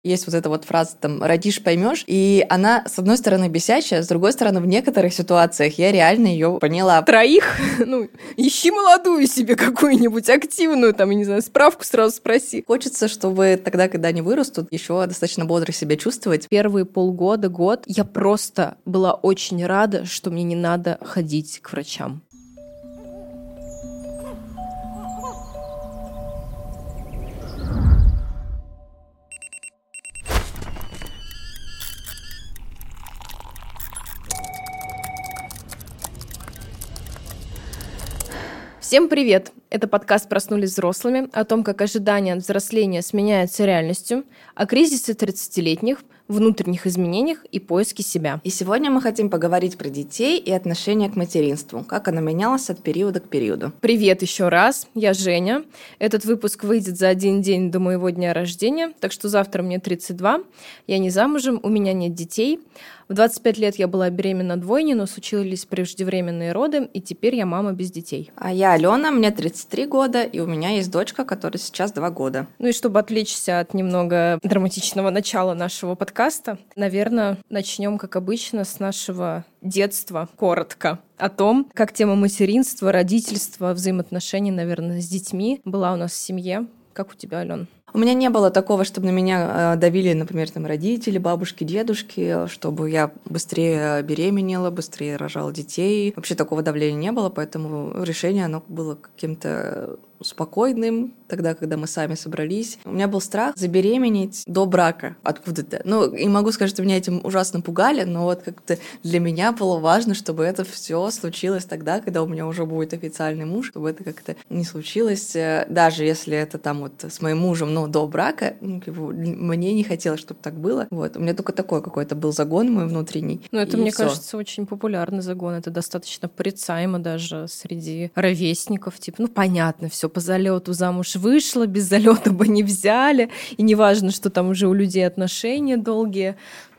Есть вот эта вот фраза там «родишь, поймешь», и она, с одной стороны, бесячая, с другой стороны, в некоторых ситуациях я реально ее поняла. Троих, ищи молодую себе какую-нибудь активную, там, я не знаю, справку сразу спроси. Хочется, чтобы тогда, когда они вырастут, еще достаточно бодро себя чувствовать. Первые полгода, год я просто была очень рада, что мне не надо ходить к врачам. Всем привет! Это подкаст «Проснулись взрослыми» о том, как ожидания от взросления сменяются реальностью, о кризисе 30-летних, внутренних изменениях и поиске себя. И сегодня мы хотим поговорить про детей и отношение к материнству, как оно менялось от периода к периоду. Привет еще раз, я Женя. Этот выпуск выйдет за один день до моего дня рождения, так что завтра мне 32. Я не замужем, у меня нет детей. В 25 лет я была беременна двойней, но случились преждевременные роды, и теперь я мама без детей. А я Алена, мне 33 года, и у меня есть дочка, которой сейчас 2 года. Ну и чтобы отвлечься от немного драматичного начала нашего подкаста, наверное, начнем, как обычно, с нашего детства, коротко, о том, как тема материнства, родительства, взаимоотношений, наверное, с детьми была у нас в семье. Как у тебя, Ален? У меня не было такого, чтобы на меня давили, например, там родители, бабушки, дедушки, чтобы я быстрее беременела, быстрее рожала детей. Вообще такого давления не было, поэтому решение оно было каким-то спокойным тогда, когда мы сами собрались. У меня был страх забеременеть до брака откуда-то. И могу сказать, что меня этим ужасно пугали, но вот как-то для меня было важно, чтобы это все случилось тогда, когда у меня уже будет официальный муж, чтобы это как-то не случилось, даже если это там вот с моим мужем, но до брака, мне не хотелось, чтобы так было. Вот. У меня только такой какой-то был загон мой внутренний. Это, мне кажется, очень популярный загон. Это достаточно порицаемо даже среди ровесников. Типа, понятно, все по залету замуж вышла, без залета бы не взяли. И неважно, что там уже у людей отношения долгие.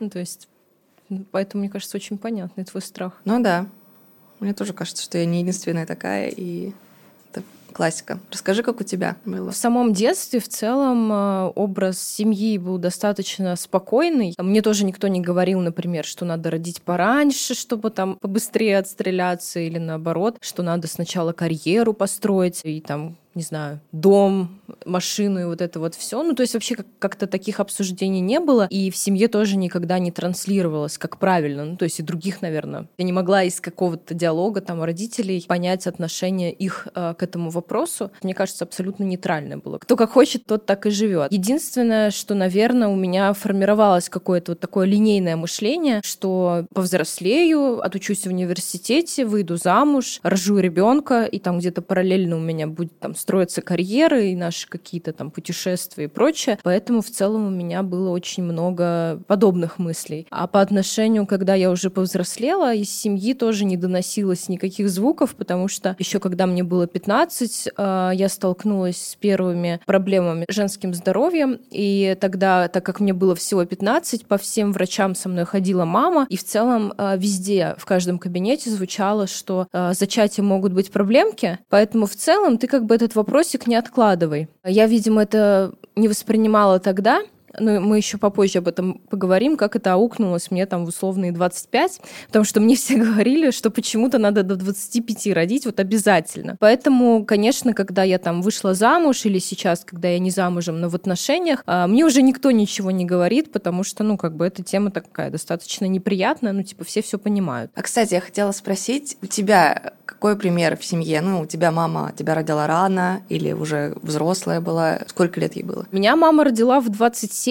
Поэтому, мне кажется, очень понятный твой страх. Да. Мне тоже кажется, что я не единственная такая, и это классика. Расскажи, как у тебя было. В самом детстве в целом образ семьи был достаточно спокойный. Мне тоже никто не говорил, например, что надо родить пораньше, чтобы там побыстрее отстреляться, или наоборот, что надо сначала карьеру построить и там, не знаю, дом, машину и вот это вот все. То есть вообще как-то таких обсуждений не было, и в семье тоже никогда не транслировалось, как правильно. То есть и других, наверное. Я не могла из какого-то диалога там у родителей понять отношение их к этому вопросу. Мне кажется, абсолютно нейтральное было. Кто как хочет, тот так и живет. Единственное, что, наверное, у меня формировалось какое-то вот такое линейное мышление, что повзрослею, отучусь в университете, выйду замуж, рожу ребенка, и там где-то параллельно у меня будет там строятся карьеры и наши какие-то там путешествия и прочее. Поэтому в целом у меня было очень много подобных мыслей. А по отношению, когда я уже повзрослела, из семьи тоже не доносилось никаких звуков, потому что еще когда мне было 15, я столкнулась с первыми проблемами с женским здоровьем. И тогда, так как мне было всего 15, по всем врачам со мной ходила мама. И в целом везде, в каждом кабинете звучало, что зачатием могут быть проблемки. Поэтому в целом ты как бы этот вопросик не откладывай. Я, видимо, это не воспринимала тогда, но мы еще попозже об этом поговорим, как это аукнулось мне там в условные 25, потому что мне все говорили, что почему-то надо до 25 родить, вот обязательно. Поэтому, конечно, когда я там вышла замуж или сейчас, когда я не замужем, но в отношениях, мне уже никто ничего не говорит, потому что, эта тема такая достаточно неприятная, все понимают. А, кстати, я хотела спросить, у тебя какой пример в семье? У тебя мама тебя родила рано или уже взрослая была? Сколько лет ей было? Меня мама родила в 27.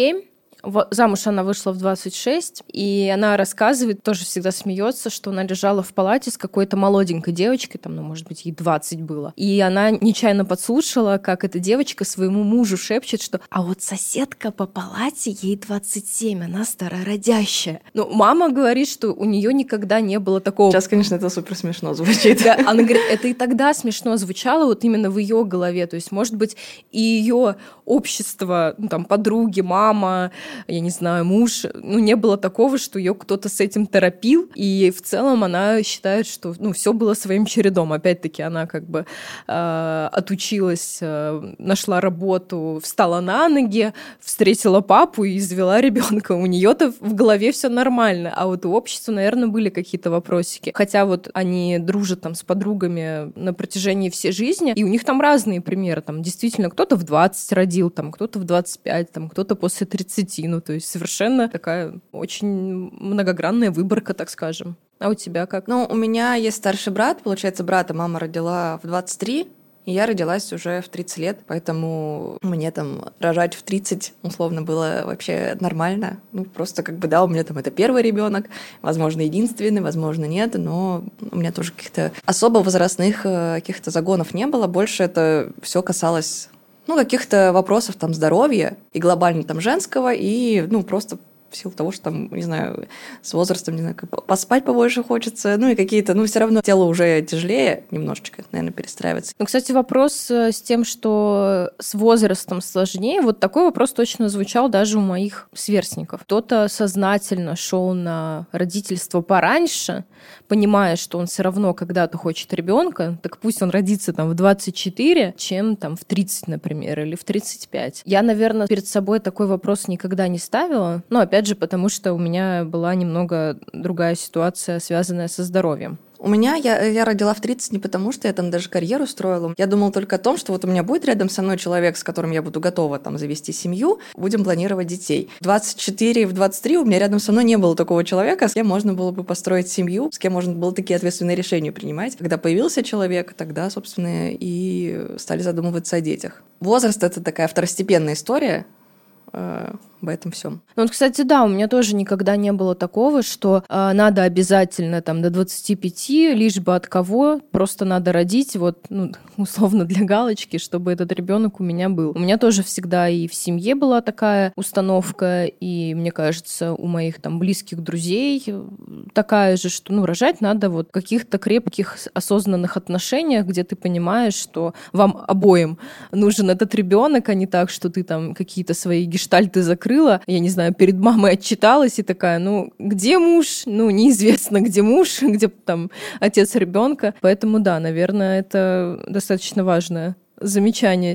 Замуж она вышла в 26, и она рассказывает, тоже всегда смеется, что она лежала в палате с какой-то молоденькой девочкой, может быть, ей 20 было. И она нечаянно подслушала, как эта девочка своему мужу шепчет, что «а вот соседка по палате, ей 27, она старородящая». Мама говорит, что у нее никогда не было такого. Сейчас, конечно, это супер смешно звучит. Да, она говорит, это и тогда смешно звучало, вот именно в ее голове. То есть, может быть, и ее общество, подруги, мама, я не знаю, муж, не было такого, что ее кто-то с этим торопил, и в целом она считает, что, все было своим чередом. Опять-таки она как бы отучилась, нашла работу, встала на ноги, встретила папу и завела ребенка. У нее-то в голове все нормально, а вот у общества, наверное, были какие-то вопросики. Хотя вот они дружат там с подругами на протяжении всей жизни, и у них там разные примеры. Там действительно кто-то в 20 родил, там кто-то в 25, там кто-то после 30. То есть совершенно такая очень многогранная выборка, так скажем. А у тебя как? У меня есть старший брат, получается, брата мама родила в 23, и я родилась уже в 30 лет, поэтому мне там рожать в 30 условно было вообще нормально. Просто у меня там это первый ребенок, возможно, единственный, возможно, нет, но у меня тоже каких-то особо возрастных каких-то загонов не было. Больше это все касалось каких-то вопросов там здоровья и глобально там женского, и просто в силу того, что там, не знаю, с возрастом, не знаю, поспать побольше хочется, и какие-то, все равно тело уже тяжелее немножечко, наверное, перестраивается. Кстати, вопрос с тем, что с возрастом сложнее, вот такой вопрос точно звучал даже у моих сверстников. Кто-то сознательно шел на родительство пораньше, понимая, что он все равно когда-то хочет ребенка, так пусть он родится там в 24, чем там в 30, например, или в 35. Я, наверное, перед собой такой вопрос никогда не ставила, опять же, потому что у меня была немного другая ситуация, связанная со здоровьем. У меня, я родила в 30 не потому, что я там даже карьеру строила. Я думала только о том, что вот у меня будет рядом со мной человек, с которым я буду готова там завести семью, будем планировать детей. В 24, в 23 у меня рядом со мной не было такого человека, с кем можно было бы построить семью, с кем можно было такие ответственные решения принимать. Когда появился человек, тогда, собственно, и стали задумываться о детях. Возраст — это такая второстепенная история в этом всем. Кстати, да, у меня тоже никогда не было такого, что надо обязательно там до 25, лишь бы от кого, просто надо родить, условно для галочки, чтобы этот ребенок у меня был. У меня тоже всегда и в семье была такая установка, и, мне кажется, у моих там близких друзей такая же, что, рожать надо в каких-то крепких, осознанных отношениях, где ты понимаешь, что вам обоим нужен этот ребенок, а не так, что ты там какие-то свои гештальты закрыла, я не знаю, перед мамой отчиталась и такая, где муж? Неизвестно, где муж, где там отец ребенка. Поэтому да, наверное, это достаточно важное замечание.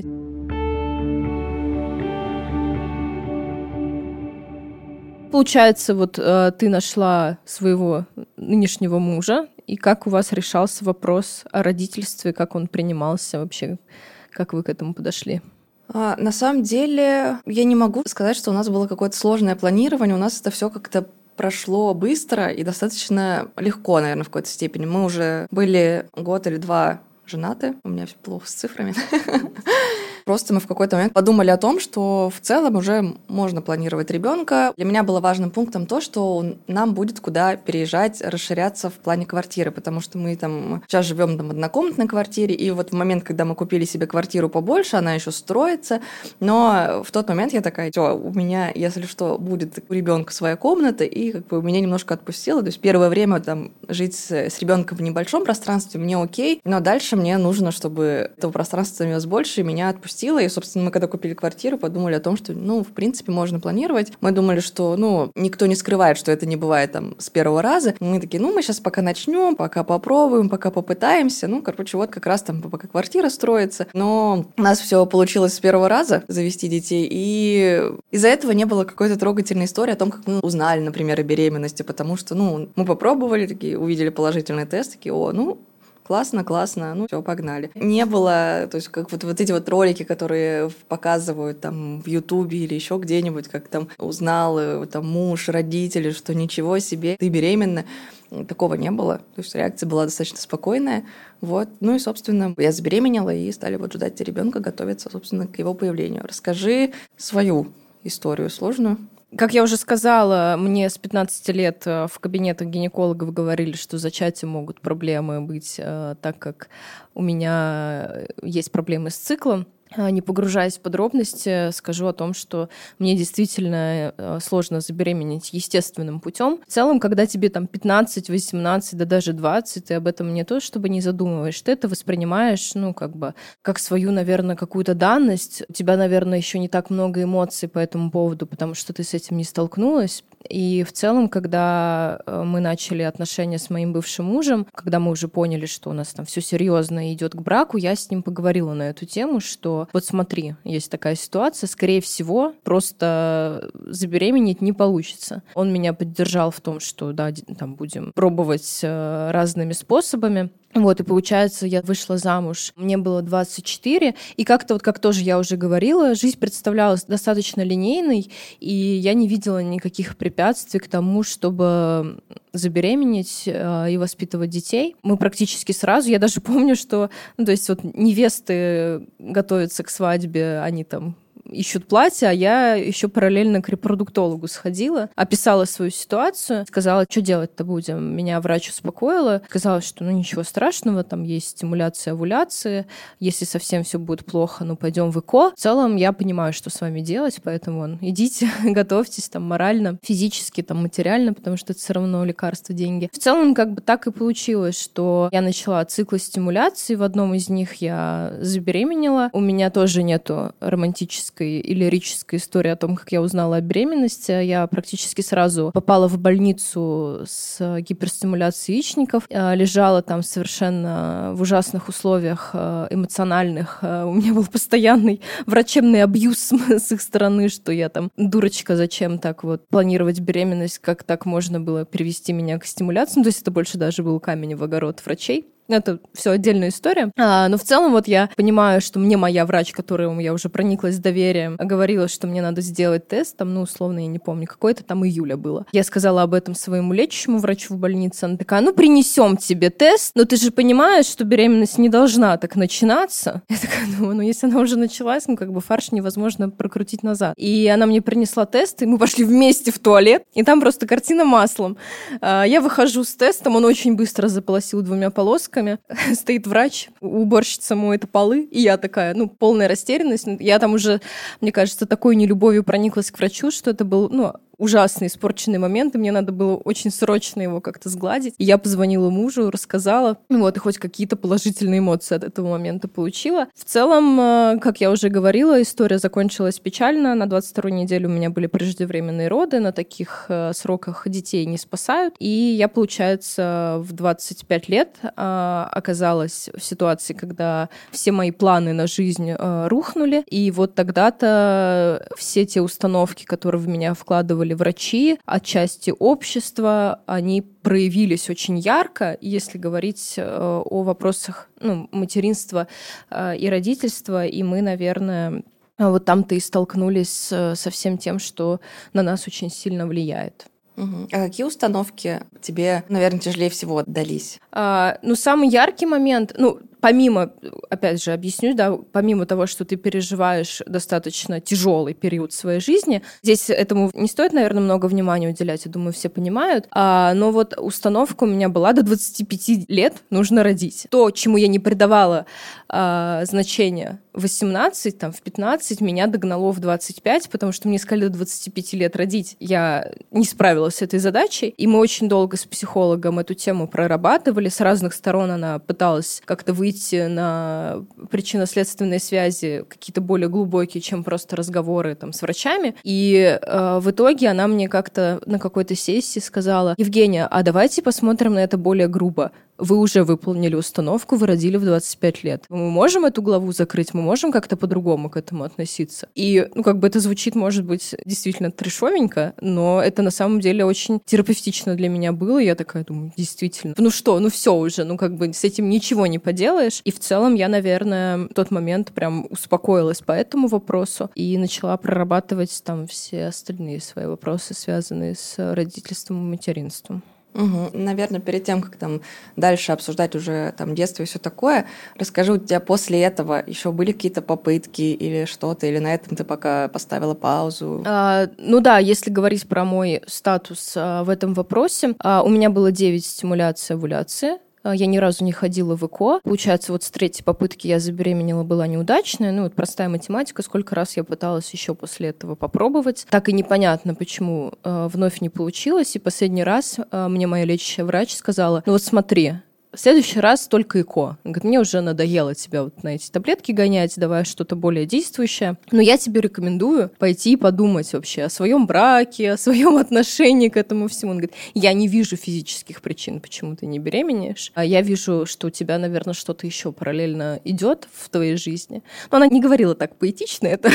Получается, ты нашла своего нынешнего мужа, и как у вас решался вопрос о родительстве, как он принимался вообще, как вы к этому подошли? На самом деле, я не могу сказать, что у нас было какое-то сложное планирование. У нас это все как-то прошло быстро и достаточно легко, наверное, в какой-то степени. Мы уже были год или два женаты. У меня все плохо с цифрами. Просто мы в какой-то момент подумали о том, что в целом уже можно планировать ребенка. Для меня было важным пунктом то, что нам будет куда переезжать, расширяться в плане квартиры, потому что мы там сейчас живем в однокомнатной квартире, и вот в момент, когда мы купили себе квартиру побольше, она еще строится, но в тот момент я такая, все, у меня, если что, будет у ребенка своя комната, и меня немножко отпустило. То есть первое время там жить с ребенком в небольшом пространстве мне окей, но дальше мне нужно, чтобы этого пространства становилось больше, и меня отпустило. И, собственно, мы когда купили квартиру, подумали о том, что, в принципе, можно планировать. Мы думали, что, никто не скрывает, что это не бывает там с первого раза. Мы такие, мы сейчас пока начнем, пока попробуем, пока попытаемся. Как раз там пока квартира строится. Но у нас все получилось с первого раза завести детей, и из-за этого не было какой-то трогательной истории о том, как мы узнали, например, о беременности, потому что, мы попробовали, такие, увидели положительный тест, такие, классно, все, погнали. Не было, то есть как эти ролики, которые показывают там в Ютубе или еще где-нибудь, как там узнал там муж, родители, что ничего себе, ты беременна. Такого не было. То есть реакция была достаточно спокойная. И, собственно, я забеременела и стали ждать ребенка, готовиться, собственно, к его появлению. Расскажи свою историю сложную. Как я уже сказала, мне с 15 лет в кабинетах гинекологов говорили, что с зачатием могут проблемы быть, так как у меня есть проблемы с циклом. Не погружаясь в подробности, скажу о том, что мне действительно сложно забеременеть естественным путем. В целом, когда тебе там 15, 18, да даже 20, ты об этом не то чтобы не задумываешь, ты это воспринимаешь, как свою, наверное, какую-то данность. У тебя, наверное, еще не так много эмоций по этому поводу, потому что ты с этим не столкнулась. И в целом, когда мы начали отношения с моим бывшим мужем, когда мы уже поняли, что у нас там все серьезно и идет к браку, я с ним поговорила на эту тему, что вот смотри, есть такая ситуация, скорее всего, просто забеременеть не получится. Он меня поддержал в том, что да, там будем пробовать разными способами. Вот, и получается, я вышла замуж, мне было 24, и как-то вот, как тоже я уже говорила, жизнь представлялась достаточно линейной, и я не видела никаких препятствий к тому, чтобы забеременеть и воспитывать детей. Мы практически сразу, я даже помню, что, то есть вот невесты готовятся к свадьбе, они там ищут платье, а я еще параллельно к репродуктологу сходила, описала свою ситуацию, сказала, что делать-то будем. Меня врач успокоила, сказала, что ничего страшного, там есть стимуляция овуляции, если совсем все будет плохо, пойдем в ЭКО. В целом я понимаю, что с вами делать, поэтому идите, готовьтесь там морально, физически, там материально, потому что это все равно лекарства, деньги. В целом так и получилось, что я начала циклы стимуляции, в одном из них я забеременела. У меня тоже нету романтической и лирическая история о том, как я узнала о беременности. Я практически сразу попала в больницу с гиперстимуляцией яичников. Лежала там совершенно в ужасных условиях эмоциональных. У меня был постоянный врачебный абьюз с их стороны, что я там дурочка, зачем так вот планировать беременность, как так можно было привести меня к стимуляции. То есть это больше даже был камень в огород врачей. Это все отдельная история. Но в целом вот я понимаю, что мне моя врач, которой я уже прониклась доверием, говорила, что мне надо сделать тест, там, условно, я не помню, какое-то там июля было. Я сказала об этом своему лечащему врачу в больнице. Она такая, принесем тебе тест, но ты же понимаешь, что беременность не должна так начинаться. Я такая думаю, если она уже началась, фарш невозможно прокрутить назад. И она мне принесла тест, и мы пошли вместе в туалет, и там просто картина маслом. Я выхожу с тестом, он очень быстро заполосил 2 полосками. Стоит врач, уборщица моет полы, и я такая, полная растерянность. Я там уже, мне кажется, такой нелюбовью прониклась к врачу, что это был, ужасный, испорченный момент, и мне надо было очень срочно его как-то сгладить. И я позвонила мужу, рассказала, и хоть какие-то положительные эмоции от этого момента получила. В целом, как я уже говорила, история закончилась печально. На 22-й неделе у меня были преждевременные роды, на таких сроках детей не спасают. И я, получается, в 25 лет оказалась в ситуации, когда все мои планы на жизнь рухнули, и вот тогда-то все те установки, которые в меня вкладывали врачи, отчасти общества, они проявились очень ярко, если говорить о вопросах материнства и родительства, и мы, наверное, вот там-то и столкнулись со всем тем, что на нас очень сильно влияет. А какие установки тебе, наверное, тяжелее всего дались? Самый яркий момент, помимо, опять же, объясню, помимо того, что ты переживаешь достаточно тяжелый период своей жизни, здесь этому не стоит, наверное, много внимания уделять, я думаю, все понимают, но вот установка у меня была: до 25 лет нужно родить. То, чему я не придавала значения в 18, в 15, меня догнало в 25, потому что мне сказали до 25 лет родить. Я не справилась с этой задачей, и мы очень долго с психологом эту тему прорабатывали. С разных сторон она пыталась как-то выйти на причинно-следственные связи какие-то более глубокие, чем просто разговоры с врачами. И в итоге она мне как-то на какой-то сессии сказала: Евгения, а давайте посмотрим на это более грубо. Вы уже выполнили установку, вы родили в 25 лет. Мы можем эту главу закрыть? Мы можем как-то по-другому к этому относиться? И, это звучит, может быть, действительно трешовенько, но это на самом деле очень терапевтично для меня было. Я такая думаю, действительно, все уже, с этим ничего не поделаешь. И в целом я, наверное, в тот момент прям успокоилась по этому вопросу и начала прорабатывать все остальные свои вопросы, связанные с родительством и материнством. Угу. Наверное, перед тем, как дальше обсуждать уже детство и все такое, расскажи, у тебя после этого еще были какие-то попытки или что-то, или на этом ты пока поставила паузу? Если говорить про мой статус в этом вопросе, у меня было 9 стимуляций овуляции. Я ни разу не ходила в ЭКО. Получается, вот с третьей попытки я забеременела, была неудачная. Ну, вот простая математика. Сколько раз я пыталась еще после этого попробовать. Так и непонятно, почему вновь не получилось. И последний раз мне моя лечащая врач сказала: ну вот смотри, в следующий раз только ЭКО. Он говорит: мне уже надоело тебя вот на эти таблетки гонять, давай что-то более действующее. Но я тебе рекомендую пойти и подумать вообще о своем браке, о своем отношении к этому всему. Он говорит: я не вижу физических причин, почему ты не беременеешь. А я вижу, что у тебя, наверное, что-то еще параллельно идет в твоей жизни. Но она не говорила так поэтично, это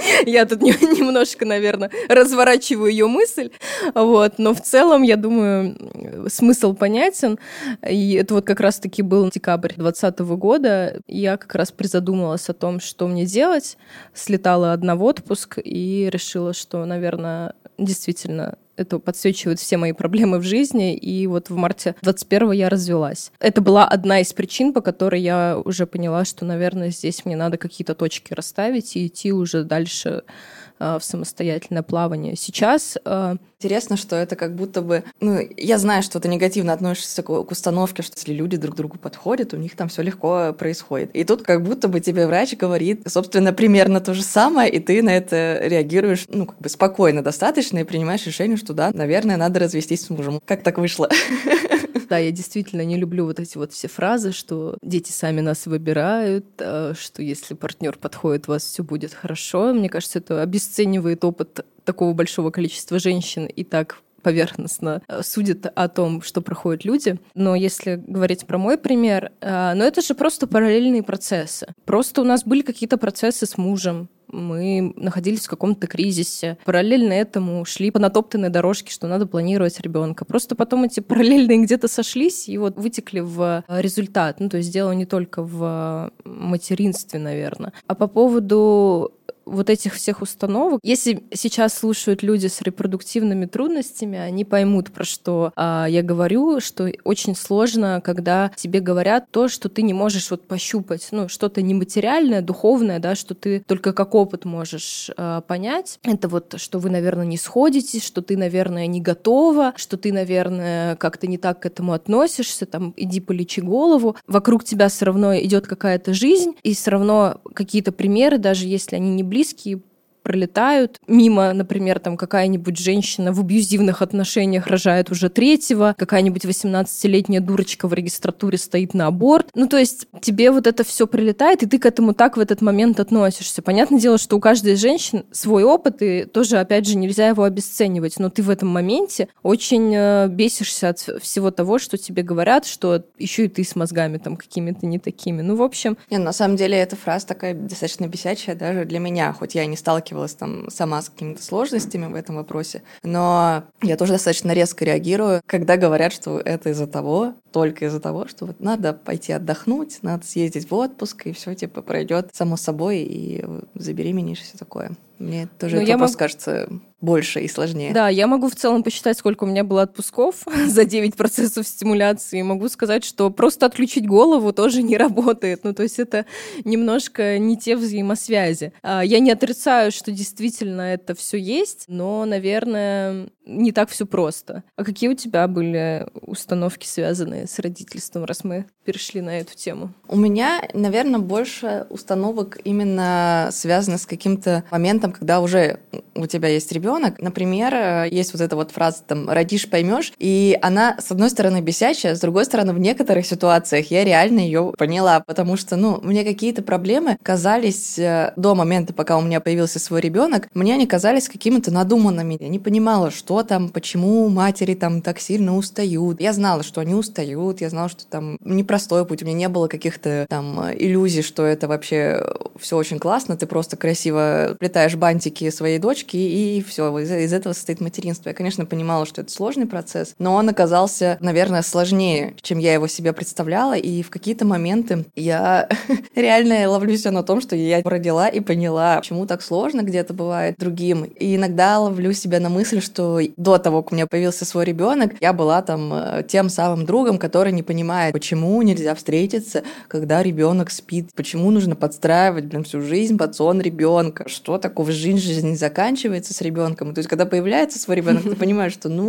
я тут немножко, наверное, разворачиваю ее мысль. Вот. Но в целом, я думаю, смысл понятен. И это вот как раз-таки был декабрь 2020 года. Я как раз призадумалась о том, что мне делать. Слетала одна в отпуск и решила, что, наверное, действительно это подсвечивает все мои проблемы в жизни. И вот в марте 21-го я развелась. Это была одна из причин, по которой я уже поняла, что, наверное, здесь мне надо какие-то точки расставить и идти уже дальше в самостоятельное плавание. Сейчас интересно, что это как будто бы... Ну, я знаю, что ты негативно относишься к установке, что если люди друг к другу подходят, у них там все легко происходит. И тут как будто бы тебе врач говорит, собственно, примерно то же самое, и ты на это реагируешь, ну, как бы спокойно достаточно и принимаешь решение, что да, наверное, надо развестись с мужем. Как так вышло? Да, я действительно не люблю вот эти вот все фразы, что дети сами нас выбирают, что если партнер подходит, у вас все будет хорошо. Мне кажется, это обесценивает опыт такого большого количества женщин и так поверхностно судят о том, что проходят люди. Но если говорить про мой пример, ну это же просто параллельные процессы. Просто у нас были какие-то процессы с мужем, мы находились в каком-то кризисе. Параллельно этому шли по натоптанной дорожке, что надо планировать ребенка. Просто потом эти параллельные где-то сошлись и вот вытекли в результат. Ну, то есть дело не только в материнстве, наверное. А по поводу вот этих всех установок. Если сейчас слушают люди с репродуктивными трудностями, они поймут, про что я говорю, что очень сложно, когда тебе говорят то, что ты не можешь вот пощупать, ну, что-то нематериальное, духовное, да, что ты только как опыт можешь понять. Это вот, что вы, наверное, не сходитесь, что ты, наверное, не готова, что ты, наверное, как-то не так к этому относишься, там, иди полечи голову. Вокруг тебя все равно идет какая-то жизнь, и все равно какие-то примеры, даже если они не близкие, пролетают. Мимо, например, там какая-нибудь женщина в абьюзивных отношениях рожает уже третьего, какая-нибудь 18-летняя дурочка в регистратуре стоит на аборт. Ну, то есть тебе вот это все прилетает, и ты к этому так в этот момент относишься. Понятное дело, что у каждой из женщин свой опыт, и тоже, опять же, нельзя его обесценивать, но ты в этом моменте очень бесишься от всего того, что тебе говорят, что еще и ты с мозгами там какими-то не такими. Ну, в общем... На самом деле, эта фраза такая достаточно бесячая даже для меня, хоть я и не сталкивалась там сама с какими-то сложностями в этом вопросе, но я тоже достаточно резко реагирую, когда говорят, что это из-за того, только из-за того, что вот надо пойти отдохнуть, надо съездить в отпуск, и все типа пройдет само собой, и забеременеешь, и все такое. Мне тоже этот вопрос кажется больше и сложнее. Да, я могу в целом посчитать, сколько у меня было отпусков за 9 процессов стимуляции. Могу сказать, что просто отключить голову тоже не работает. Ну, то есть это немножко не те взаимосвязи. Я не отрицаю, что действительно это все есть, но, наверное, не так все просто. А какие у тебя были установки, связанные с родительством, раз мы перешли на эту тему? У меня, наверное, больше установок именно связано с каким-то моментом, когда уже у тебя есть ребенок. Например, есть вот эта вот фраза там «родишь, поймешь», и она, с одной стороны, бесячая, с другой стороны, в некоторых ситуациях я реально ее поняла, потому что, мне какие-то проблемы казались до момента, пока у меня появился свой ребенок, мне они казались какими-то надуманными. Я не понимала, что там, почему матери там так сильно устают. Я знала, что они устают, я знала, что там непростой путь, у меня не было каких-то там иллюзий, что это вообще все очень классно, ты просто красиво плетаешь бантики своей дочки, и все, из этого состоит материнство. Я, конечно, понимала, что это сложный процесс, но он оказался, наверное, сложнее, чем я его себе представляла, и в какие-то моменты я реально ловлю себя на том, что я родила и поняла, почему так сложно где-то бывает другим. И иногда ловлю себя на мысль, что до того, как у меня появился свой ребенок, я была там тем самым другом, который не понимает, почему нельзя встретиться, когда ребенок спит, почему нужно подстраивать, всю жизнь под сон ребенка, что такого жизнь не заканчивается с ребенком. То есть, когда появляется свой ребенок, ты понимаешь, что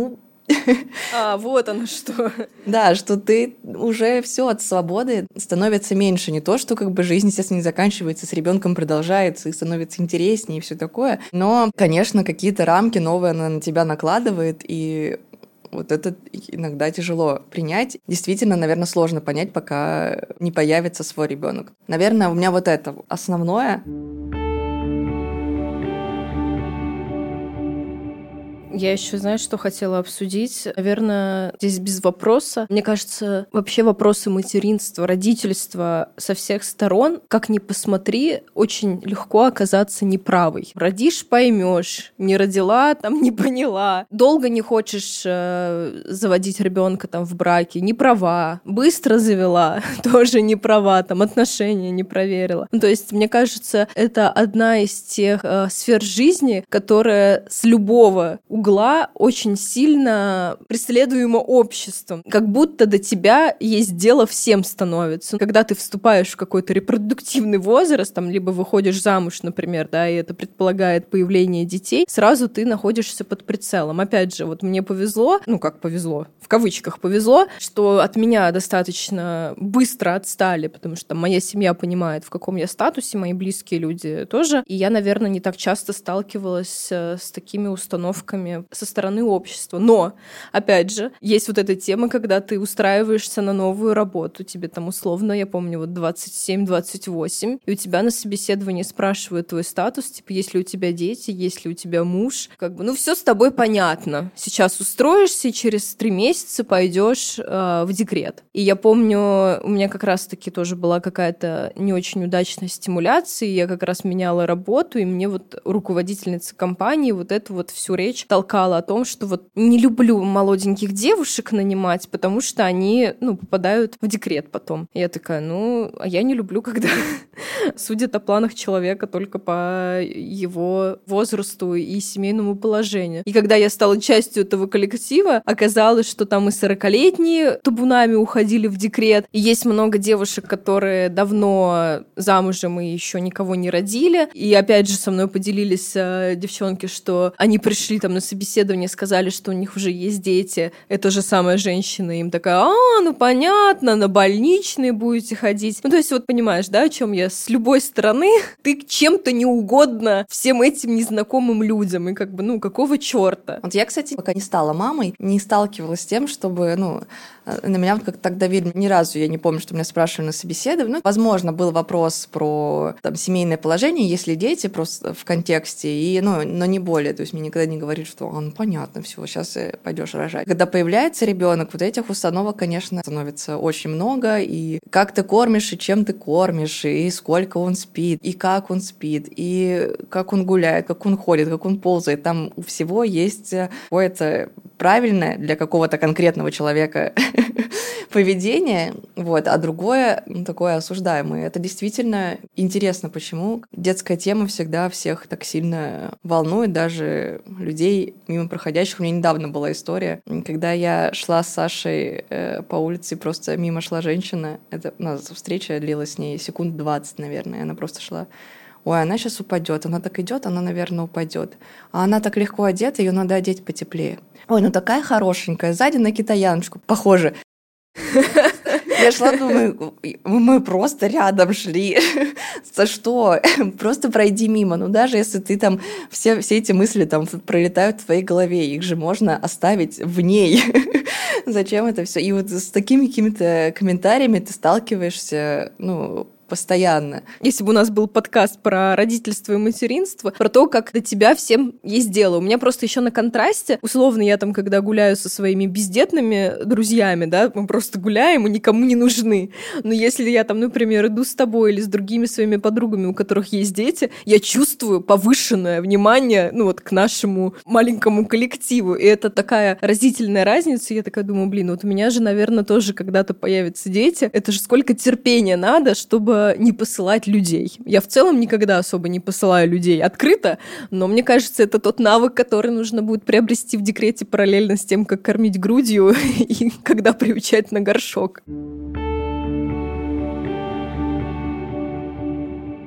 Вот оно что. Да, что ты уже все от свободы становится меньше. Не то, что как бы жизнь, естественно, не заканчивается, с ребенком продолжается и становится интереснее и все такое. Но, конечно, какие-то рамки новые она на тебя накладывает, и вот это иногда тяжело принять. Действительно, наверное, сложно понять, пока не появится свой ребенок. Наверное, у меня вот это основное. Я еще, знаешь, что хотела обсудить? Наверное, здесь без вопроса. Мне кажется, вообще вопросы материнства, родительства со всех сторон, как ни посмотри, очень легко оказаться неправой. Родишь — поймешь, не родила — там не поняла. Долго не хочешь заводить ребенка там в браке — не права. Быстро завела — тоже не права, там отношения не проверила. То есть, мне кажется, это одна из тех сфер жизни, которая с любого угла очень сильно преследуема обществом. Как будто до тебя есть дело всем становится. Когда ты вступаешь в какой-то репродуктивный возраст, там, либо выходишь замуж, например, да, и это предполагает появление детей, сразу ты находишься под прицелом. Опять же, вот мне повезло, как повезло, в кавычках повезло, что от меня достаточно быстро отстали, потому что моя семья понимает, в каком я статусе, мои близкие люди тоже, и я, наверное, не так часто сталкивалась с такими установками со стороны общества. Но, опять же, есть вот эта тема, когда ты устраиваешься на новую работу, тебе там условно, я помню, вот 27-28, и у тебя на собеседовании спрашивают твой статус, типа, есть ли у тебя дети, есть ли у тебя муж, все с тобой понятно. Сейчас устроишься, и через 3 месяца пойдешь в декрет. И я помню, у меня как раз-таки тоже была какая-то не очень удачная стимуляция, и я как раз меняла работу, и мне вот руководительница компании вот эту вот всю речь толкала о том, что вот не люблю молоденьких девушек нанимать, потому что они, попадают в декрет потом. И я такая, а я не люблю, когда судят о планах человека только по его возрасту и семейному положению. И когда я стала частью этого коллектива, оказалось, что там и 40-летние табунами уходили в декрет, и есть много девушек, которые давно замужем и еще никого не родили. И опять же со мной поделились девчонки, что они пришли там на собеседование, сказали, что у них уже есть дети. Эта же самая женщина им такая, понятно, на больничные будете ходить. То есть вот понимаешь, да, о чем я? С любой стороны ты чем-то не угодно всем этим незнакомым людям. И какого черта? Вот я, кстати, пока не стала мамой, не сталкивалась с тем, чтобы, на меня вот как-то так давили. Ни разу я не помню, что меня спрашивали на собеседовании. Возможно, был вопрос про семейное положение, если дети просто в контексте, но не более. То есть мне никогда не говорили, что понятно, все, сейчас пойдешь рожать. Когда появляется ребенок, вот этих установок, конечно, становится очень много. И как ты кормишь, и чем ты кормишь, и сколько он спит, и как он спит, и как он гуляет, как он ходит, как он ползает. Там у всего есть какое-то правильное для какого-то конкретного человека поведение, а другое такое осуждаемое. Это действительно интересно, почему детская тема всегда всех так сильно волнует, даже людей мимо проходящих. У меня недавно была история, когда я шла с Сашей по улице, просто мимо шла женщина. У нас встреча длилась с ней секунд 20, наверное. Она просто шла. Ой, она сейчас упадет. Она так идет, она, наверное, упадет. А она так легко одета, ее надо одеть потеплее. Ой, такая хорошенькая, сзади на китаяночку, похоже. Я шла, думаю, мы просто рядом шли. За что? Просто пройди мимо. Даже если ты там все эти мысли там пролетают в твоей голове, их же можно оставить в ней. Зачем это все? И вот с такими какими-то комментариями ты сталкиваешься, постоянно. Если бы у нас был подкаст про родительство и материнство, про то, как до тебя всем есть дело. У меня просто еще на контрасте, условно, я там, когда гуляю со своими бездетными друзьями, да, мы просто гуляем и никому не нужны. Но если я там, например, иду с тобой или с другими своими подругами, у которых есть дети, я чувствую повышенное внимание, к нашему маленькому коллективу. И это такая разительная разница. Я такая думаю, вот у меня же, наверное, тоже когда-то появятся дети. Это же сколько терпения надо, чтобы не посылать людей. Я в целом никогда особо не посылаю людей открыто, но мне кажется, это тот навык, который нужно будет приобрести в декрете параллельно с тем, как кормить грудью и когда приучать на горшок.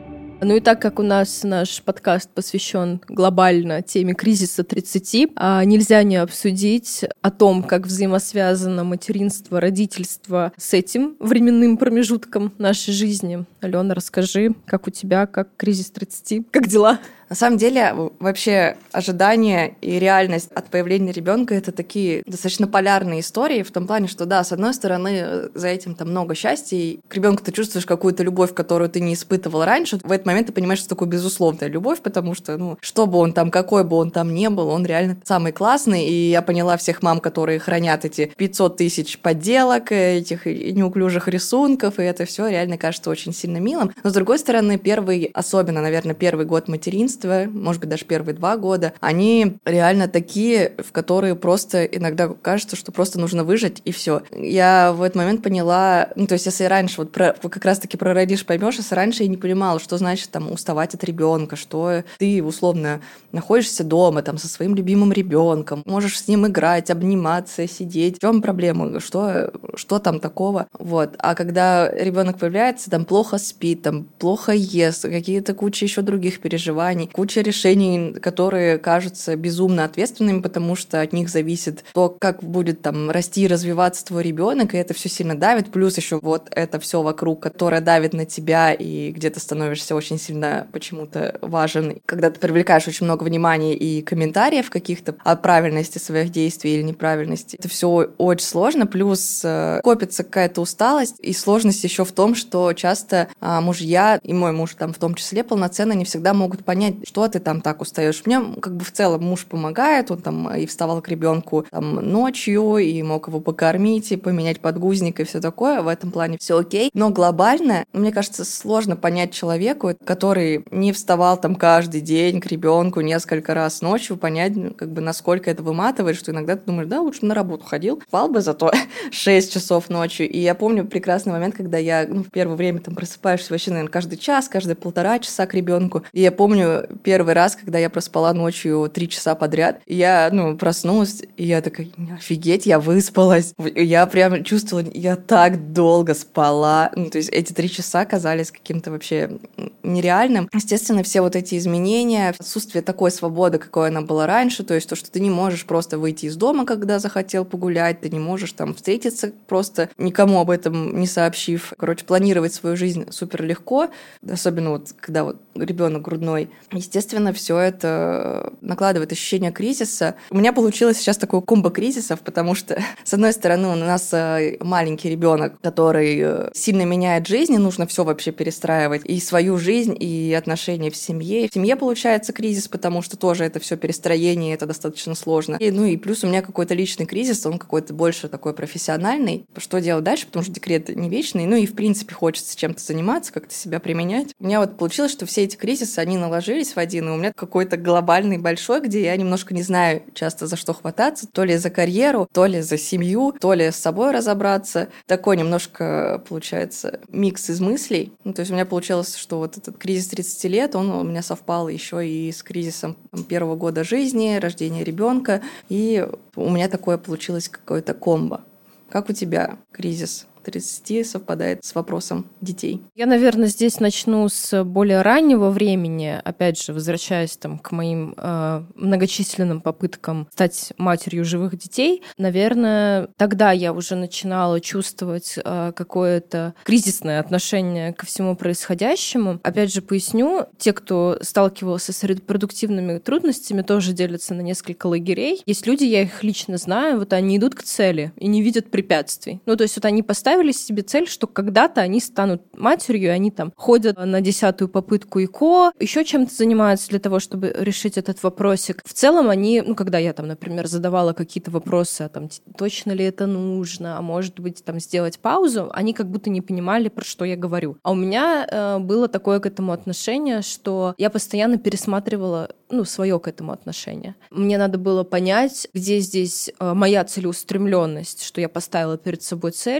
Ну и так как у нас наш подкаст посвящен глобально теме кризиса 30, нельзя не обсудить о том, как взаимосвязано материнство, родительство с этим временным промежутком нашей жизни. Алена, расскажи, как у тебя, как кризис 30, как дела? На самом деле, вообще ожидания и реальность от появления ребенка это такие достаточно полярные истории, в том плане, что да, с одной стороны, за этим там много счастья, и к ребенку ты чувствуешь какую-то любовь, которую ты не испытывал раньше. В этот момент ты понимаешь, что такое безусловная любовь, потому что, что бы он там, какой бы он там ни был, он реально самый классный. И я поняла всех мам, которые хранят эти 500 тысяч подделок, этих неуклюжих рисунков, и это все реально кажется очень сильно милым. Но с другой стороны, особенно, наверное, первый год материнства, может быть, даже первые 2 года, они реально такие, в которые просто иногда кажется, что просто нужно выжить, и все. Я в этот момент поняла, то есть если раньше, как раз-таки про родишь поймешь, если раньше я не понимала, что значит там уставать от ребенка, что ты условно находишься дома там со своим любимым ребенком, можешь с ним играть, обниматься, сидеть. В чем проблема? Что там такого? Вот. А когда ребенок появляется, там плохо спит, там плохо ест, какие-то куча еще других переживаний, куча решений, которые кажутся безумно ответственными, потому что от них зависит то, как будет там расти и развиваться твой ребенок, и это все сильно давит. Плюс еще вот это все вокруг, которое давит на тебя, и где ты становишься очень сильно почему-то важен. Когда ты привлекаешь очень много внимания и комментариев каких-то о правильности своих действий или неправильности, это все очень сложно. Плюс копится какая-то усталость, и сложность еще в том, что часто мужья, и мой муж там в том числе, полноценно не всегда могут понять, что ты там так устаешь. Мне как бы в целом муж помогает, он там и вставал к ребенку там ночью, и мог его покормить, и поменять подгузник, и все такое. В этом плане все окей. Но глобально, мне кажется, сложно понять человеку, который не вставал там каждый день к ребенку несколько раз ночью, понять, как бы, насколько это выматывает, что иногда ты думаешь, да, лучше на работу ходил, спал бы зато 6 часов ночью. И я помню прекрасный момент, когда я в первое время там просыпаешься вообще, наверное, каждый час, каждые 1,5 часа к ребенку. И я помню первый раз, когда я проспала ночью 3 часа подряд, я, проснулась, и я такая, офигеть, я выспалась. Я прям чувствовала, я так долго спала. То есть эти 3 часа казались каким-то вообще нереальным. Естественно, все вот эти изменения, отсутствие такой свободы, какой она была раньше, то есть то, что ты не можешь просто выйти из дома, когда захотел погулять, ты не можешь там встретиться просто никому об этом не сообщив. Короче, планировать свою жизнь супер легко, особенно когда ребенок грудной. Естественно, все это накладывает ощущение кризиса. У меня получилось сейчас такое комбо кризисов, потому что, с одной стороны, у нас маленький ребенок, который сильно меняет жизнь, и нужно все вообще перестраивать, и свою жизнь, и отношения в семье. В семье получается кризис, потому что тоже это все перестроение, это достаточно сложно. И плюс у меня какой-то личный кризис, он какой-то больше такой профессиональный. Что делать дальше, потому что декрет не вечный, и в принципе хочется чем-то заниматься, как-то себя применять. У меня получилось, что все эти кризисы, они наложились в один, и у меня какой-то глобальный большой, где я немножко не знаю часто за что хвататься, то ли за карьеру, то ли за семью, то ли с собой разобраться. Такой немножко, получается, микс из мыслей. То есть у меня получилось, что вот этот кризис 30 лет, он у меня совпал еще и с кризисом первого года жизни, рождения ребенка, и у меня такое получилось какое-то комбо. Как у тебя кризис 30 совпадает с вопросом детей? Я, наверное, здесь начну с более раннего времени, опять же, возвращаясь к моим многочисленным попыткам стать матерью живых детей. Наверное, тогда я уже начинала чувствовать какое-то кризисное отношение ко всему происходящему. Опять же, поясню, те, кто сталкивался с репродуктивными трудностями, тоже делятся на несколько лагерей. Есть люди, я их лично знаю, они идут к цели и не видят препятствий. То есть они поставили себе цель, что когда-то они станут матерью, они там ходят на 10-ю попытку ЭКО, еще чем-то занимаются для того, чтобы решить этот вопросик. В целом они, когда я там, например, задавала какие-то вопросы, точно ли это нужно, а может быть, сделать паузу, они как будто не понимали, про что я говорю. А у меня было такое к этому отношение, что я постоянно пересматривала, свое к этому отношение. Мне надо было понять, где здесь моя целеустремленность, что я поставила перед собой цель, где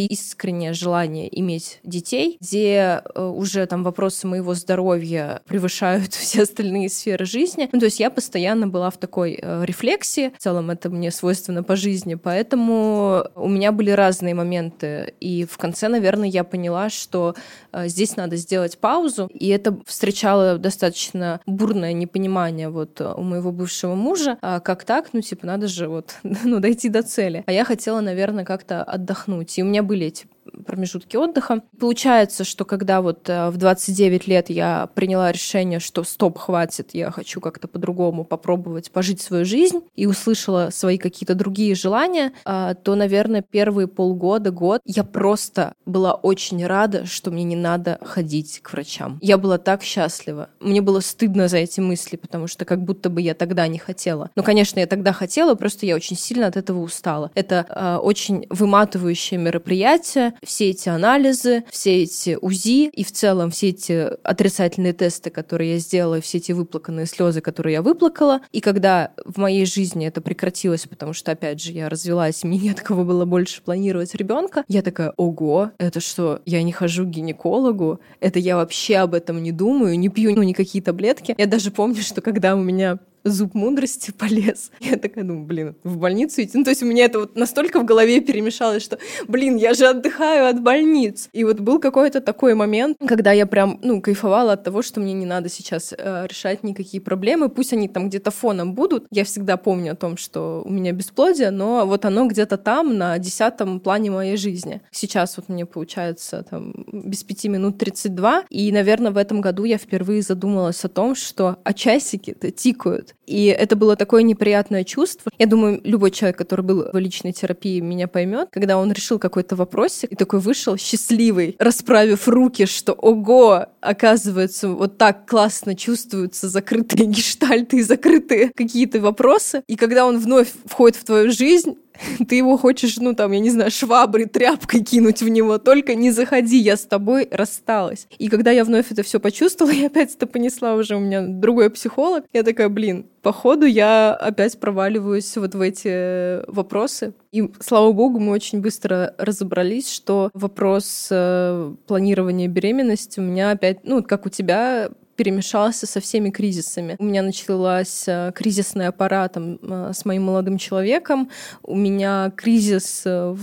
искреннее желание иметь детей, где уже там вопросы моего здоровья превышают все остальные сферы жизни. Ну, то есть я постоянно была в такой рефлексии. В целом это мне свойственно по жизни, поэтому у меня были разные моменты. И в конце, наверное, я поняла, что здесь надо сделать паузу. И это встречало достаточно бурное непонимание вот у моего бывшего мужа. А как так? Ну, типа, надо же вот дойти до цели. А я хотела, наверное, как-то отдохнуть. И у меня были эти промежутки отдыха. Получается, что когда вот в 29 лет я приняла решение, что стоп, хватит, я хочу как-то по-другому попробовать пожить свою жизнь и услышала свои какие-то другие желания, то, наверное, первые полгода, год я просто была очень рада, что мне не надо ходить к врачам. Я была так счастлива. Мне было стыдно за эти мысли, потому что как будто бы я тогда не хотела. Но, конечно, я тогда хотела, просто я очень сильно от этого устала. Это очень выматывающее мероприятие, все эти анализы, все эти УЗИ и в целом все эти отрицательные тесты, которые я сделала, все эти выплаканные слезы, которые я выплакала. И когда в моей жизни это прекратилось, потому что, опять же, я развелась, и мне не от кого было больше планировать ребенка, я такая: ого, это что, я не хожу к гинекологу? Это я вообще об этом не думаю, не пью никакие таблетки. Я даже помню, что когда у меня зуб мудрости полез. Я такая думаю, в больницу идти. Ну, то есть у меня это вот настолько в голове перемешалось, что, я же отдыхаю от больниц. И вот был какой-то такой момент, когда я прям, кайфовала от того, что мне не надо сейчас решать никакие проблемы. Пусть они там где-то фоном будут. Я всегда помню о том, что у меня бесплодие, но вот оно где-то там, на 10-м плане моей жизни. Сейчас вот мне получается там без 5 минут 32. И, наверное, в этом году я впервые задумалась о том, что часики-то тикают. И это было такое неприятное чувство. Я думаю, любой человек, который был в личной терапии, меня поймет, когда он решил какой-то вопросик и такой вышел счастливый, расправив руки, что ого, оказывается, вот так классно чувствуются закрытые гештальты и закрытые какие-то вопросы. И когда он вновь входит в твою жизнь, ты его хочешь, шваброй, тряпкой кинуть в него. Только не заходи, я с тобой рассталась. И когда я вновь это все почувствовала, я опять это понесла уже, у меня другой психолог. Я такая, походу я опять проваливаюсь вот в эти вопросы. И, слава богу, мы очень быстро разобрались, что вопрос планирования беременности у меня опять, как у тебя, перемешался со всеми кризисами. У меня началась кризисная пора с моим молодым человеком, у меня кризис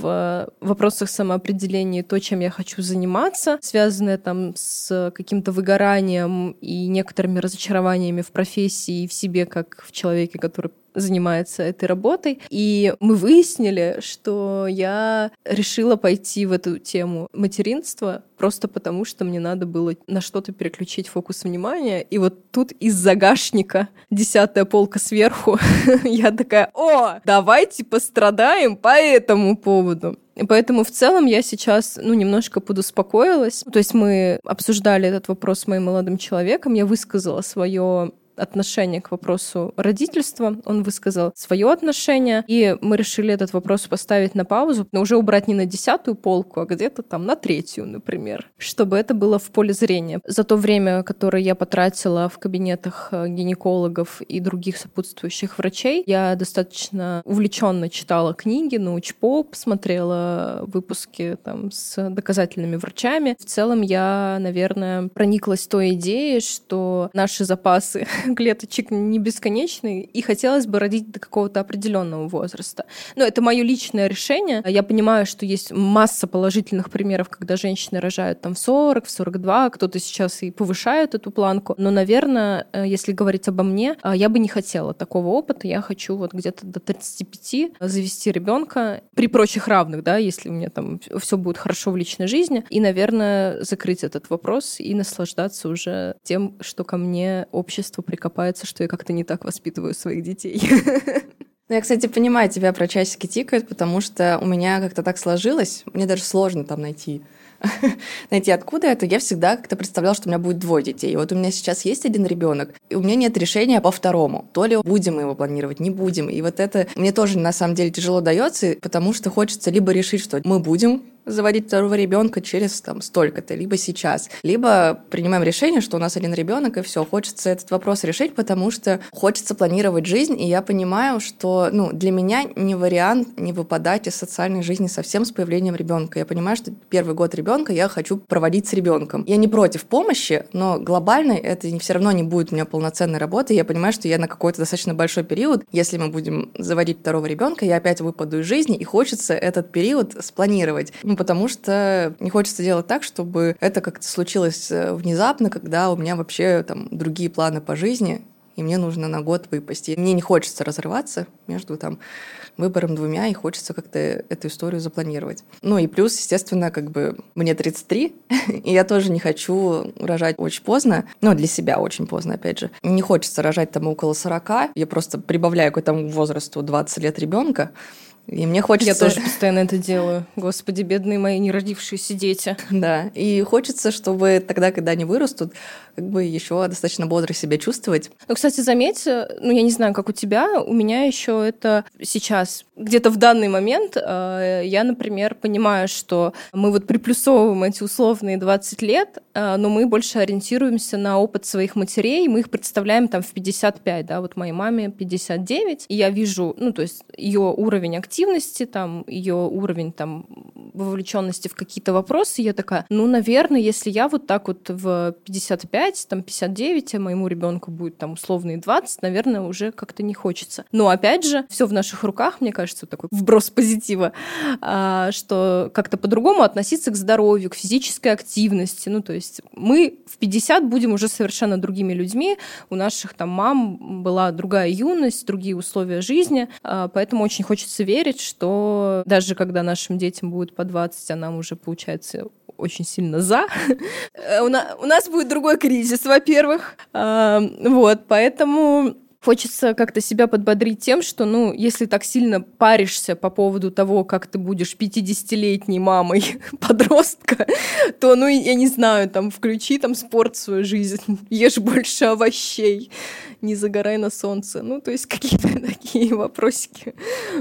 в вопросах самоопределения, то, чем я хочу заниматься, связанное с каким-то выгоранием и некоторыми разочарованиями в профессии и в себе, как в человеке, который занимается этой работой. И мы выяснили, что я решила пойти в эту тему материнства просто потому, что мне надо было на что-то переключить фокус внимания. И вот тут из загашника 10-я полка сверху я такая: о, давайте пострадаем по этому поводу. И поэтому в целом я сейчас, немножко подуспокоилась. То есть мы обсуждали этот вопрос с моим молодым человеком, я высказала свое отношение к вопросу родительства, он высказал свое отношение, и мы решили этот вопрос поставить на паузу, но уже убрать не на 10-ю полку, а где-то там на 3-ю, например, чтобы это было в поле зрения. За то время, которое я потратила в кабинетах гинекологов и других сопутствующих врачей, я достаточно увлеченно читала книги, научпоп, смотрела выпуски с доказательными врачами. В целом я, наверное, прониклась той идеей, что наши запасы клеточек не бесконечны, и хотелось бы родить до какого-то определенного возраста. Но это мое личное решение. Я понимаю, что есть масса положительных примеров, когда женщины рожают в 40, в 42, кто-то сейчас и повышает эту планку. Но, наверное, если говорить обо мне, я бы не хотела такого опыта. Я хочу где-то до 35 завести ребенка при прочих равных, если у меня все будет хорошо в личной жизни, и, наверное, закрыть этот вопрос и наслаждаться уже тем, что ко мне общество прикопается, что я как-то не так воспитываю своих детей. Я, кстати, понимаю тебя про часики тикают, потому что у меня как-то так сложилось, мне даже сложно найти откуда это. Я всегда как-то представляла, что у меня будет 2 детей. И вот у меня сейчас есть 1 ребенок, и у меня нет решения по второму. То ли будем мы его планировать, не будем. И вот это мне тоже на самом деле тяжело дается, потому что хочется либо решить, что мы будем заводить второго ребенка через там столько-то, либо сейчас. Либо принимаем решение, что у нас один ребенок, и все, хочется этот вопрос решить, потому что хочется планировать жизнь, и я понимаю, что для меня не вариант не выпадать из социальной жизни совсем с появлением ребенка. Я понимаю, что первый год ребенка я хочу проводить с ребенком. Я не против помощи, но глобально это все равно не будет у меня полноценной работы. Я понимаю, что я на какой-то достаточно большой период, если мы будем заводить второго ребенка, я опять выпаду из жизни, и хочется этот период спланировать. Потому что не хочется делать так, чтобы это как-то случилось внезапно, когда у меня вообще там другие планы по жизни, и мне нужно на год выпасть. И мне не хочется разрываться между там выбором двумя, и хочется как-то эту историю запланировать. И плюс, естественно, мне 33, и я тоже не хочу рожать очень поздно, для себя очень поздно, опять же. Не хочется рожать там около 40, я просто прибавляю к этому возрасту 20 лет ребенка. И мне хочется... Я тоже постоянно это делаю. Господи, бедные мои неродившиеся дети. Да, и хочется, чтобы тогда, когда они вырастут, еще достаточно бодро себя чувствовать. Кстати, заметь, я не знаю, как у тебя, у меня еще это сейчас, где-то в данный момент, я, например, понимаю, что мы приплюсовываем эти условные 20 лет, но мы больше ориентируемся на опыт своих матерей, мы их представляем там в 55, да, вот моей маме 59, и я вижу, то есть ее уровень активности, там, ее уровень там вовлеченности в какие-то вопросы, я такая, наверное, если я вот так вот в 55, там 59, а моему ребенку будет там условные 20, наверное, уже как-то не хочется. Но опять же, все в наших руках, мне кажется, такой вброс позитива, что как-то по-другому относиться к здоровью, к физической активности. То есть мы в 50 будем уже совершенно другими людьми. У наших там мам была другая юность, другие условия жизни, поэтому очень хочется верить, что даже когда нашим детям будет по 20, а нам уже, получается, очень сильно за. У нас будет другой кризис, во-первых. Поэтому хочется как-то себя подбодрить тем, что, если так сильно паришься по поводу того, как ты будешь 50-летней мамой подростка, то, я не знаю, там, включи там спорт в свою жизнь, ешь больше овощей, не загорай на солнце. То есть какие-то такие вопросики.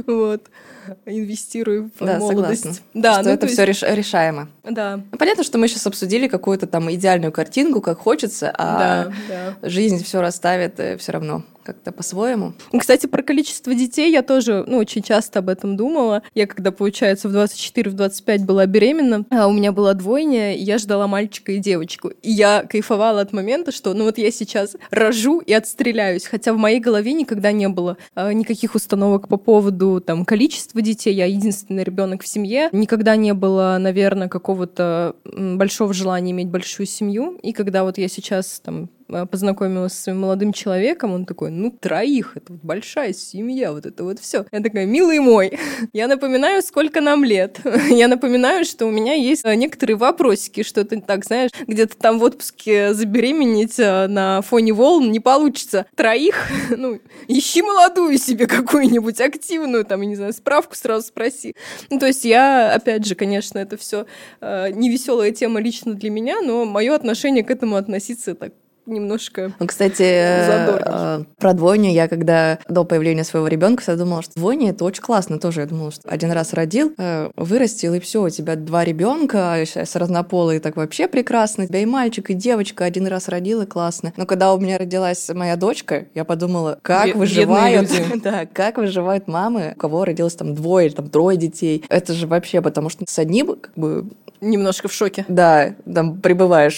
Инвестируй в молодость. Согласна. Да, что это все решаемо. Да. Понятно, что мы сейчас обсудили какую-то там идеальную картинку, как хочется, а жизнь все расставит все равно как-то по-своему. Кстати, про количество детей я тоже, очень часто об этом думала. Я когда, получается, в 24-25 была беременна, у меня была двойня, и я ждала мальчика и девочку. И я кайфовала от момента, что, я сейчас рожу и отстреляюсь. Хотя в моей голове никогда не было никаких установок по поводу там количества детей. Я единственный ребенок в семье. Никогда не было, наверное, какого-то большого желания иметь большую семью. И когда я сейчас там познакомилась с своим молодым человеком, он такой, 3, это большая семья, это все. Я такая, милый мой, я напоминаю, сколько нам лет. Я напоминаю, что у меня есть некоторые вопросики, что ты так, знаешь, где-то там в отпуске забеременеть на фоне волн не получится. 3, ищи молодую себе какую-нибудь активную, там, я не знаю, справку сразу спроси. То есть я, опять же, конечно, это все невеселая тема лично для меня, но мое отношение к этому относиться так немножко кстати, про двойню я когда до появления своего ребенка всегда думала, что двойня — это очень классно тоже. Я думала, что один раз родил, вырастил, и все, у тебя 2 ребенка, сейчас разнополые, так вообще прекрасно. У тебя и мальчик, и девочка, один раз родил, и классно. Но когда у меня родилась моя дочка, я подумала, как выживают мамы, у кого родилось там 2 или там 3 детей. Это же вообще, потому что с одним немножко в шоке. Да, там пребываешь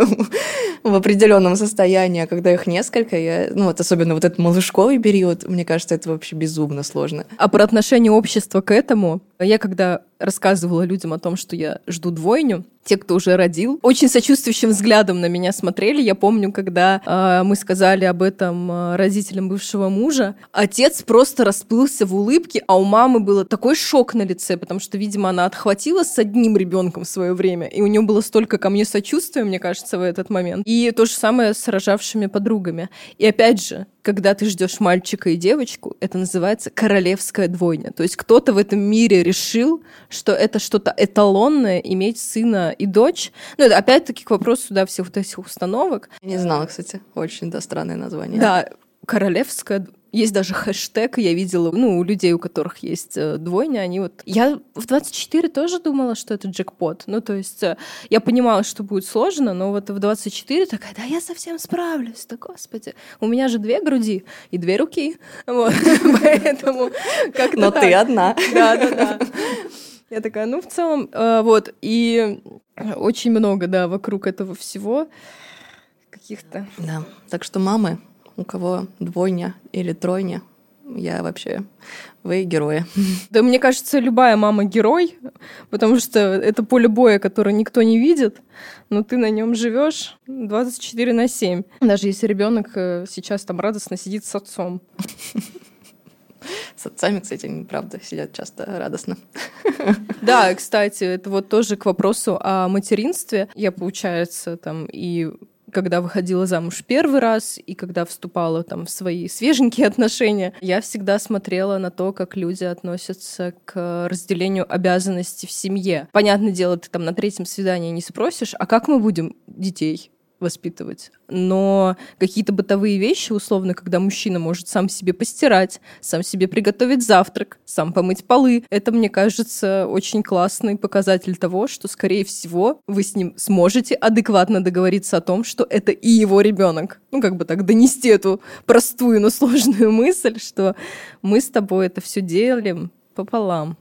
в определенном состоянии, а когда их несколько, особенно этот малышковый период, мне кажется, это вообще безумно сложно. А про отношение общества к этому, я когда рассказывала людям о том, что я жду двойню, те, кто уже родил, очень сочувствующим взглядом на меня смотрели. Я помню, когда мы сказали об этом родителям бывшего мужа, отец просто расплылся в улыбке, а у мамы был такой шок на лице, потому что, видимо, она отхватила с одним ребенком в свое время, и у нее было столько ко мне сочувствия, мне кажется, в этот момент. И то же самое с рожавшими подругами. И опять же, когда ты ждешь мальчика и девочку, это называется королевская двойня. То есть кто-то в этом мире решил, что это что-то эталонное иметь сына и дочь. Это опять-таки к вопросу, всех этих установок. Не знала, кстати. Очень странное название. Да, королевская. Есть даже хэштег, я видела, у людей, у которых есть двойня, они вот... Я в 24 тоже думала, что это джекпот. То есть я понимала, что будет сложно, но вот в 24 такая, да я совсем справлюсь, да господи. У меня же 2 груди и 2 руки. Вот. Поэтому как-то Но ты одна. Да. Я такая, в целом, вот. И очень много, да, вокруг этого всего каких-то... Да, так что мамы, у кого двойня или тройня, вы герои. Да, мне кажется, любая мама герой, потому что это поле боя, которое никто не видит, но ты на нем живешь 24/7. Даже если ребенок сейчас там радостно сидит с отцом. С отцами, кстати, они, правда, сидят часто радостно. Да, кстати, это вот тоже к вопросу о материнстве. Я, получается, там и когда выходила замуж первый раз, и когда вступала там в свои свеженькие отношения, я всегда смотрела на то, как люди относятся к разделению обязанностей в семье. Понятное дело, ты там на 3-м свидании не спросишь, а как мы будем детей воспитывать? Но какие-то бытовые вещи, условно, когда мужчина может сам себе постирать, сам себе приготовить завтрак, сам помыть полы, это, мне кажется, очень классный показатель того, что, скорее всего, вы с ним сможете адекватно договориться о том, что это и его ребенок. Донести эту простую, но сложную мысль, что мы с тобой это все делим пополам.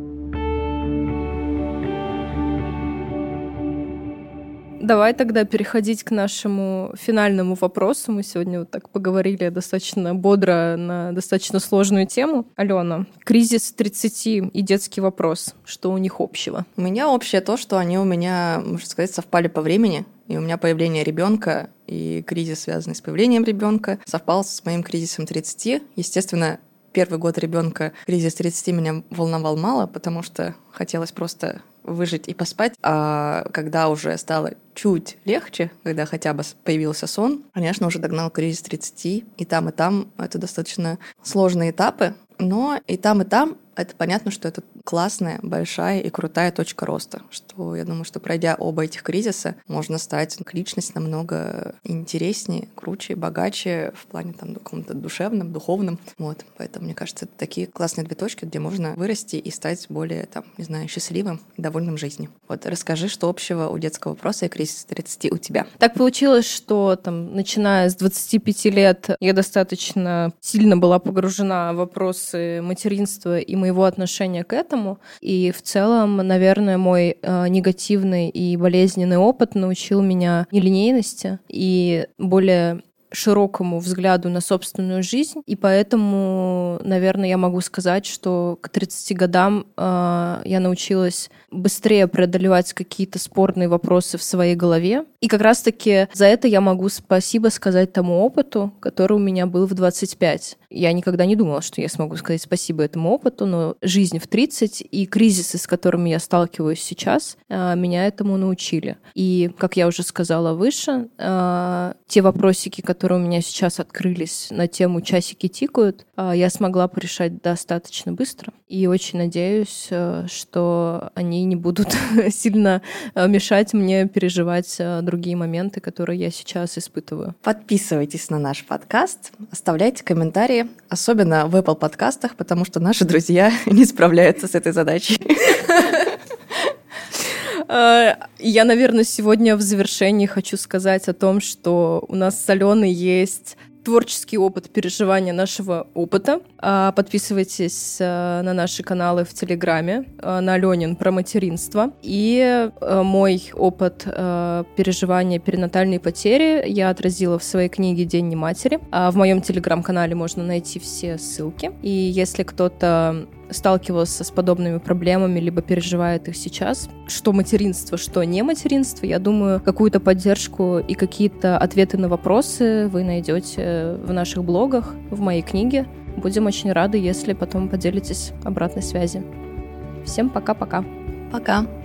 Давай тогда переходить к нашему финальному вопросу. Мы сегодня вот так поговорили достаточно бодро на достаточно сложную тему. Алена, кризис 30 и детский вопрос. Что у них общего? У меня общее то, что они у меня, можно сказать, совпали по времени. И у меня появление ребенка и кризис, связанный с появлением ребенка, совпал с моим кризисом 30. Естественно, первый год ребенка кризис 30 меня волновал мало, потому что хотелось просто выжить и поспать. А когда уже стало чуть легче, когда хотя бы появился сон, конечно, уже догнал кризис 30. И там это достаточно сложные этапы. Но и там это понятно, что это классная, большая и крутая точка роста. Что я думаю, что пройдя оба этих кризиса, можно стать как личность намного интереснее, круче, богаче в плане каком-то душевном, духовном. Вот. Поэтому, мне кажется, это такие классные 2 точки, где можно вырасти и стать более, счастливым и довольным жизнью. Вот расскажи, что общего у детского вопроса и кризиса 30 у тебя. Так получилось, что начиная с 25 лет я достаточно сильно была погружена в вопросы материнства и моего отношения к этому. И в целом, наверное, мой негативный и болезненный опыт научил меня нелинейности и более широкому взгляду на собственную жизнь. И поэтому, наверное, я могу сказать, что к 30 годам я научилась быстрее преодолевать какие-то спорные вопросы в своей голове. И как раз-таки за это я могу спасибо сказать тому опыту, который у меня был в 25. Я никогда не думала, что я смогу сказать спасибо этому опыту, но жизнь в 30 и кризисы, с которыми я сталкиваюсь сейчас, меня этому научили. И, как я уже сказала выше, те вопросики, которые у меня сейчас открылись на тему «Часики тикают», я смогла порешать достаточно быстро. И очень надеюсь, что они не будут сильно мешать мне переживать другие моменты, которые я сейчас испытываю. Подписывайтесь на наш подкаст, оставляйте комментарии, особенно в Apple подкастах, потому что наши друзья не справляются с этой задачей. Я, наверное, сегодня в завершении хочу сказать о том, что у нас с Аленой есть творческий опыт переживания нашего опыта. Подписывайтесь на наши каналы в Телеграме, на Аленин про материнство. И мой опыт переживания перинатальной потери я отразила в своей книге «День нематери». В моем Телеграм-канале можно найти все ссылки. И если кто-то сталкивался с подобными проблемами, либо переживает их сейчас, что материнство, что не материнство, я думаю, какую-то поддержку и какие-то ответы на вопросы вы найдете в наших блогах, в моей книге. Будем очень рады, если потом поделитесь обратной связью. Всем пока-пока. Пока.